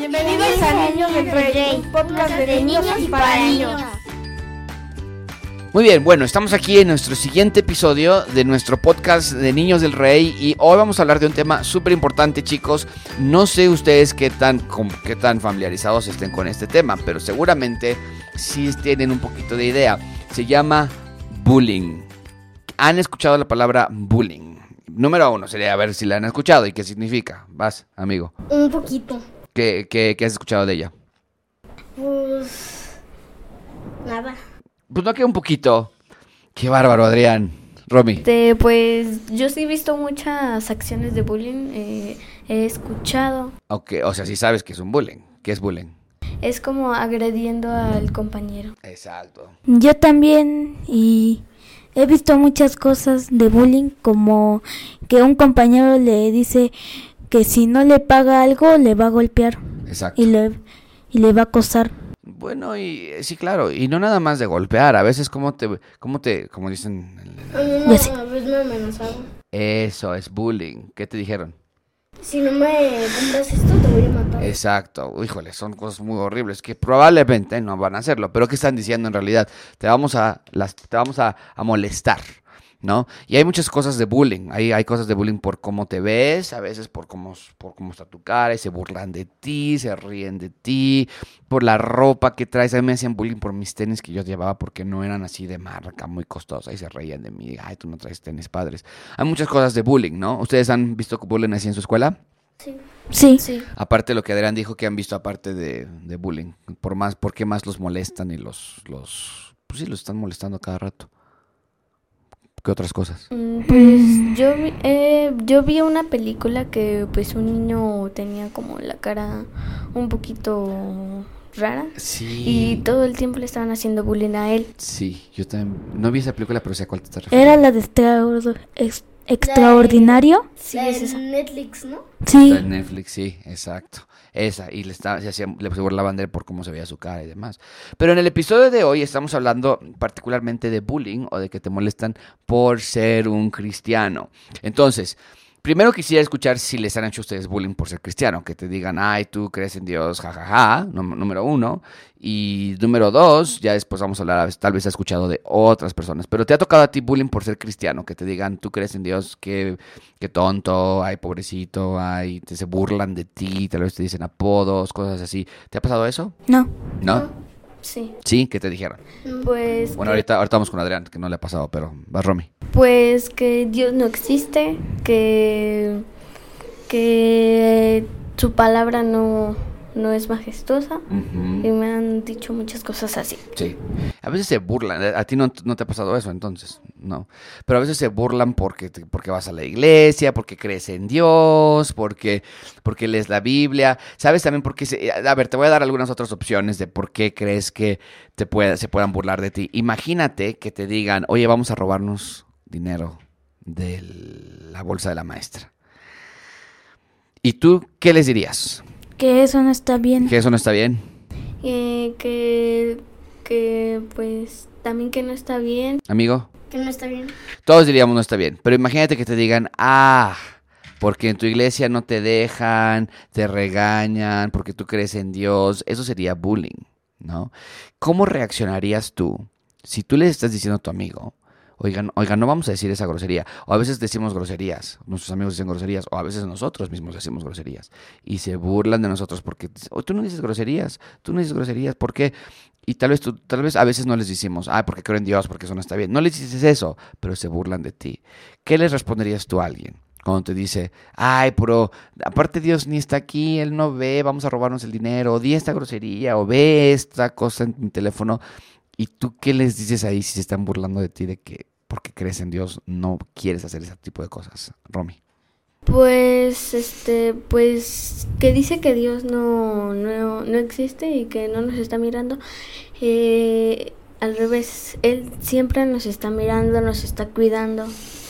Bienvenidos a Niños del Rey, un podcast de niños y para niños. Muy bien, bueno, estamos aquí en nuestro siguiente episodio de nuestro podcast de Niños del Rey y hoy vamos a hablar de un tema súper importante, chicos. No sé ustedes qué tan familiarizados estén con este tema, pero seguramente sí tienen un poquito de idea. Se llama bullying. ¿Han escuchado la palabra bullying? Número 1 sería a ver si la han escuchado y qué significa. Vas, amigo. Un poquito. ¿Qué has escuchado de ella? Pues... nada. Pues no, que un poquito. Qué bárbaro, Adrián. Romy. Pues yo sí he visto muchas acciones de bullying, he escuchado. Ok, o sea, sí sabes que es un bullying. ¿Qué es bullying? Es como agrediendo al compañero. Exacto. Yo también, y he visto muchas cosas de bullying, como que un compañero le dice que si no le paga algo le va a golpear. Exacto. Y le va a acosar. Bueno, y sí, claro, y no nada más de golpear, a veces como dicen, A veces me amenazaron. eso es bullying. ¿Qué te dijeron? Si no me compras esto, te voy a matar. Exacto, híjole, son cosas muy horribles que probablemente no van a hacerlo, pero ¿qué están diciendo en realidad? Te vamos a molestar, ¿no? Y hay muchas cosas de bullying, hay cosas de bullying por cómo te ves, a veces por cómo está tu cara, y se burlan de ti, se ríen de ti, por la ropa que traes. A mí me hacían bullying por mis tenis que yo llevaba porque no eran así de marca, muy costosa, y se reían de mí. Ay, tú no traes tenis padres. Hay muchas cosas de bullying, ¿no? ¿Ustedes han visto bullying así en su escuela? Sí. Sí. Aparte de lo que Adrián dijo que han visto aparte de bullying, ¿por qué más los molestan y los están molestando cada rato? ¿Qué otras cosas? Pues yo vi una película que pues un niño tenía como la cara un poquito rara. Sí. Y todo el tiempo le estaban haciendo bullying a él. Sí, yo también no vi esa película, pero sé a cuál te estás refiriendo. Era la de Extraordinario. Sí, La es de esa. Netflix, ¿no? Sí. Está en Netflix, sí, exacto. Esa, y le burlaban de él por cómo se veía su cara y demás. Pero en el episodio de hoy estamos hablando particularmente de bullying o de que te molestan por ser un cristiano. Entonces, primero quisiera escuchar si les han hecho ustedes bullying por ser cristiano, que te digan, ay, tú crees en Dios, jajaja, número 1. Y número 2, ya después vamos a hablar, tal vez has escuchado de otras personas, pero te ha tocado a ti bullying por ser cristiano, que te digan, tú crees en Dios, qué tonto, ay, pobrecito, ay, se burlan de ti, tal vez te dicen apodos, cosas así. ¿Te ha pasado eso? No. ¿No? Sí. ¿Sí? ¿Qué te dijeron? Pues Bueno, ahorita vamos con Adrián, que no le ha pasado, pero va Romy. Pues que Dios no existe, que su palabra no es majestuosa. Ujú. Y me han dicho muchas cosas así. Sí. A veces se burlan. A ti no te ha pasado eso, entonces, no. Pero a veces se burlan porque vas a la iglesia, porque crees en Dios, porque lees la Biblia. ¿Sabes también por qué? A ver, te voy a dar algunas otras opciones de por qué crees que se puedan burlar de ti. Imagínate que te digan, oye, vamos a robarnos dinero de la bolsa de la maestra. ¿Y tú qué les dirías? Que eso no está bien. ¿Que eso no está bien? Que pues también que no está bien. Amigo, Que no está bien. todos diríamos no está bien, pero imagínate que te digan, porque en tu iglesia no te dejan, te regañan, porque tú crees en Dios. Eso sería bullying, ¿no? ¿Cómo reaccionarías tú si tú le estás diciendo a tu amigo, oigan, no vamos a decir esa grosería? O a veces decimos groserías, nuestros amigos dicen groserías, o a veces nosotros mismos decimos groserías, y se burlan de nosotros porque, tú no dices groserías, ¿por qué? Y tal vez a veces no les decimos, porque creo en Dios, porque eso no está bien. No les dices eso, pero se burlan de ti. ¿Qué les responderías tú a alguien cuando te dice, pero aparte Dios ni está aquí, Él no ve, vamos a robarnos el dinero, o di esta grosería, o ve esta cosa en mi teléfono? ¿Y tú qué les dices ahí si se están burlando de ti de que porque crees en Dios no quieres hacer ese tipo de cosas? Romy. Pues pues que dice que Dios no existe y que no nos está mirando. Al revés, Él siempre nos está mirando, nos está cuidando.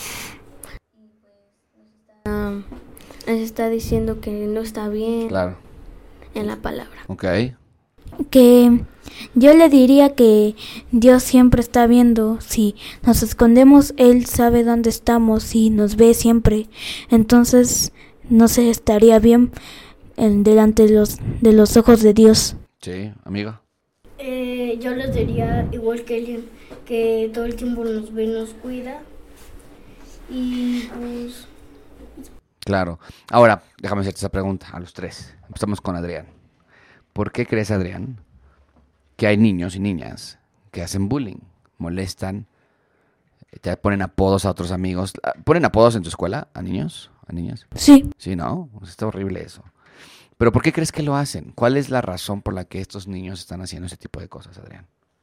Nos está diciendo que no está bien. Claro. En la palabra. Ok. Que yo le diría que Dios siempre está viendo. Si nos escondemos, Él sabe dónde estamos y nos ve siempre. Entonces, no sé, estaría bien delante de los ojos de Dios. Sí, amigo. Yo les diría, igual que Elian, que todo el tiempo nos ve, nos cuida. Y pues... Claro. Ahora, déjame hacerte esa pregunta a los tres. Empezamos con Adrián. ¿Por qué crees, Adrián, que hay niños y niñas que hacen bullying, molestan, te ponen apodos a otros amigos? ¿Ponen apodos en tu escuela a niños, a niñas? Sí, Sí, ¿no? Pues está horrible eso. Pero ¿por qué crees que lo hacen? ¿Cuál es la razón por la que estos niños están haciendo ese tipo de cosas, Adrián?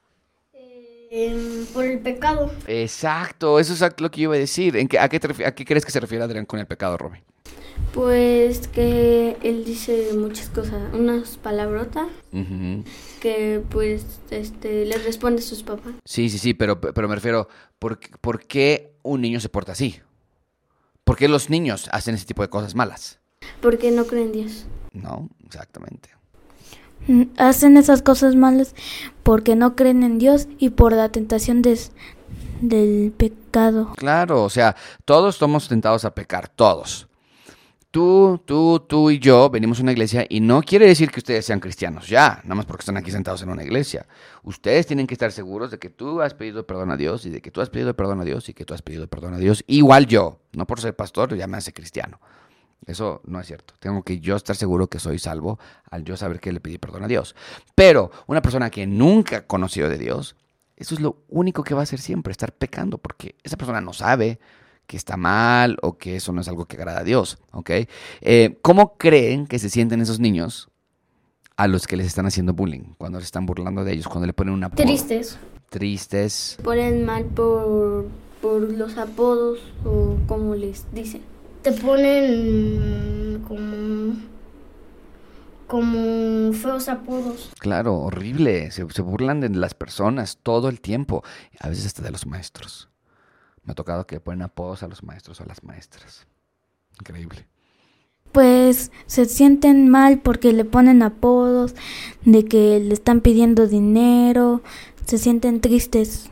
por el pecado. Exacto, eso es exacto lo que yo iba a decir. ¿A qué crees que se refiere Adrián con el pecado, Romy? Pues que él dice muchas cosas, unas palabrotas Ujú. que pues le responde a sus papás. Sí, pero me refiero, ¿por qué un niño se porta así? ¿Por qué los niños hacen ese tipo de cosas malas? Porque no creen en Dios. No, exactamente. hacen esas cosas malas porque no creen en Dios y por la tentación del pecado. Claro, o sea, todos estamos tentados a pecar, todos. Tú y yo venimos a una iglesia y no quiere decir que ustedes sean cristianos ya, nada más porque están aquí sentados en una iglesia. Ustedes tienen que estar seguros de que tú has pedido perdón a Dios y de que tú has pedido perdón a Dios y que tú has pedido perdón a Dios. Igual yo, no por ser pastor ya me hace cristiano. Eso no es cierto. Tengo que yo estar seguro que soy salvo al yo saber que le pedí perdón a Dios. Pero una persona que nunca ha conocido de Dios, eso es lo único que va a hacer siempre, estar pecando, porque esa persona no sabe que está mal o que eso no es algo que agrada a Dios, ¿ok? ¿Cómo creen que se sienten esos niños a los que les están haciendo bullying? Cuando se están burlando de ellos, cuando le ponen una apodo. Tristes. Ponen mal por los apodos o como les dicen. Te ponen como feos apodos. Claro, horrible. Se burlan de las personas todo el tiempo. A veces hasta de los maestros. Me ha tocado que ponen apodos a los maestros o a las maestras. Increíble. Pues se sienten mal porque le ponen apodos, de que le están pidiendo dinero, se sienten tristes.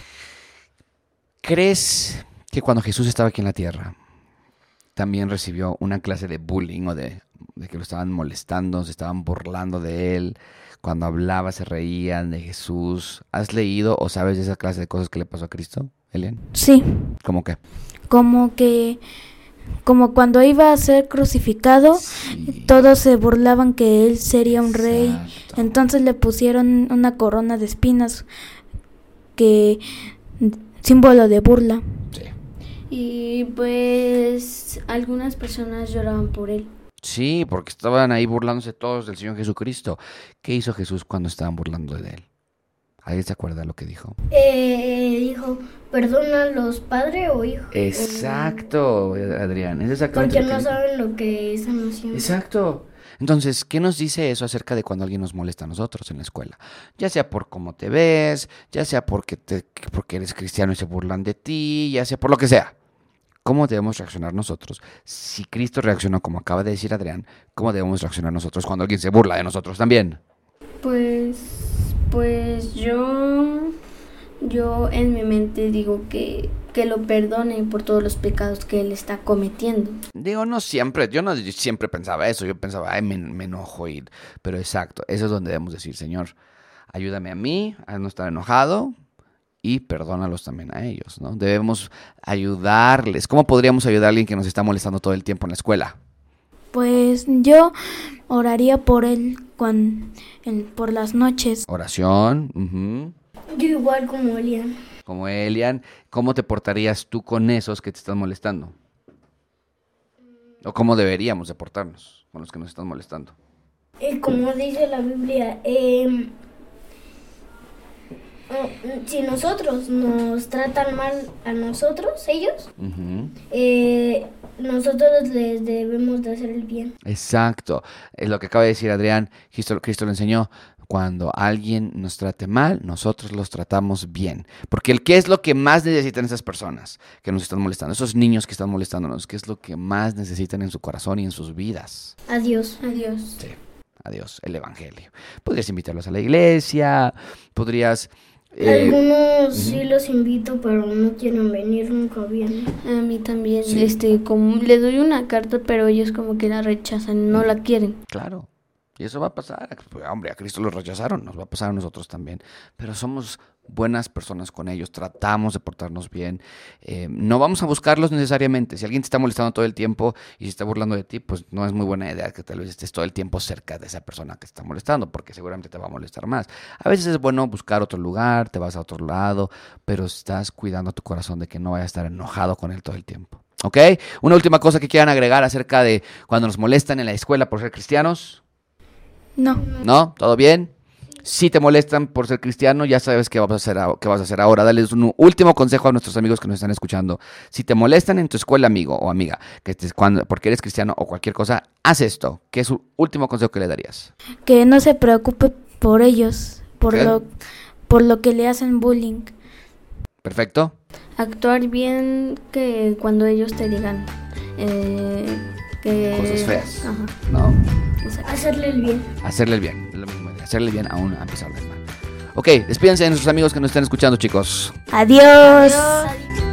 ¿Crees que cuando Jesús estaba aquí en la tierra también recibió una clase de bullying o de que lo estaban molestando, se estaban burlando de él? Cuando hablaba se reían de Jesús. ¿Has leído o sabes de esa clase de cosas que le pasó a Cristo, Elian? Sí, ¿Cómo qué? como cuando iba a ser crucificado, Sí. todos se burlaban que él sería un rey. Exacto. Entonces le pusieron una corona de espinas, que símbolo de burla. Sí. Y pues algunas personas lloraban por él. Sí, porque estaban ahí burlándose todos del Señor Jesucristo. ¿Qué hizo Jesús cuando estaban burlando de él? ¿Alguien se acuerda lo que dijo? Dijo, perdónalos, padre o hijo. Exacto, Adrián. Es exactamente Porque lo que no dijo. saben lo que están haciendo. Exacto. Entonces, ¿qué nos dice eso acerca de cuando alguien nos molesta a nosotros en la escuela? Ya sea por cómo te ves, ya sea porque eres cristiano y se burlan de ti, ya sea por lo que sea. ¿Cómo debemos reaccionar nosotros? Si Cristo reaccionó como acaba de decir Adrián, ¿cómo debemos reaccionar nosotros cuando alguien se burla de nosotros también? Pues yo en mi mente digo que lo perdone por todos los pecados que él está cometiendo. Digo, no siempre, yo siempre pensaba eso, yo pensaba, ay, me enojo pero exacto, eso es donde debemos decir, Señor, ayúdame a mí a no estar enojado y perdónalos también a ellos, ¿no? Debemos ayudarles. ¿Cómo podríamos ayudar a alguien que nos está molestando todo el tiempo en la escuela? Pues yo oraría por él por las noches. Oración, ujú. Yo igual como Elian. Como Elian, ¿cómo te portarías tú con esos que te están molestando? ¿O cómo deberíamos de portarnos con los que nos están molestando? Como dice la Biblia, si nosotros nos tratan mal a nosotros, ellos, Ujú. nosotros les debemos de hacer el bien. Exacto, es lo que acaba de decir Adrián. Cristo lo enseñó. Cuando alguien nos trate mal, nosotros los tratamos bien. Porque ¿qué es lo que más necesitan esas personas que nos están molestando? Esos niños que están molestándonos, ¿qué es lo que más necesitan en su corazón y en sus vidas? Adiós. Sí, a Dios, el Evangelio. Podrías invitarlos a la iglesia, podrías Algunos sí los invito, pero no quieren venir, nunca vienen. A mí también, Sí. como le doy una carta, pero ellos como que la rechazan, no la quieren. Claro. Y eso va a pasar. Pues, hombre, a Cristo lo rechazaron, nos va a pasar a nosotros también. Pero somos buenas personas con ellos, tratamos de portarnos bien. No vamos a buscarlos necesariamente. Si alguien te está molestando todo el tiempo y se está burlando de ti, pues no es muy buena idea que tal vez estés todo el tiempo cerca de esa persona que te está molestando, porque seguramente te va a molestar más. A veces es bueno buscar otro lugar, te vas a otro lado, pero estás cuidando tu corazón de que no vayas a estar enojado con él todo el tiempo. ¿Ok? Una última cosa que quieran agregar acerca de cuando nos molestan en la escuela por ser cristianos. No. ¿No? ¿Todo bien? Si te molestan por ser cristiano, ya sabes qué vas a hacer ahora. Dales un último consejo a nuestros amigos que nos están escuchando. Si te molestan en tu escuela, amigo o amiga, porque eres cristiano o cualquier cosa, haz esto. ¿Qué es su último consejo que le darías? Que no se preocupe por ellos, ¿Qué? por lo que le hacen bullying. ¿Perfecto? Actuar bien que cuando ellos te digan que... Cosas feas. Ajá, ¿No? exacto. Hacerle el bien. Hacerle el bien. Es lo mismo. Hacerle el bien aún a pesar del mal. Ok, despídense de nuestros amigos que nos están escuchando, chicos. Adiós. Adiós.